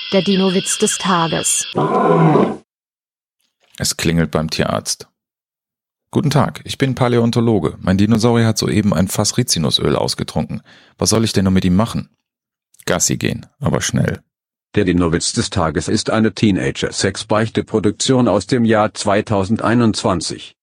Der Dino-Witz des Tages. Es klingelt beim Tierarzt. Guten Tag, ich bin Paläontologe. Mein Dinosaurier hat soeben ein Fass Rizinusöl ausgetrunken. Was soll ich denn nur mit ihm machen? Gassi gehen, aber schnell. Der Dino-Witz des Tages ist eine Teenager-Sex-Beichte-Produktion aus dem Jahr 2021.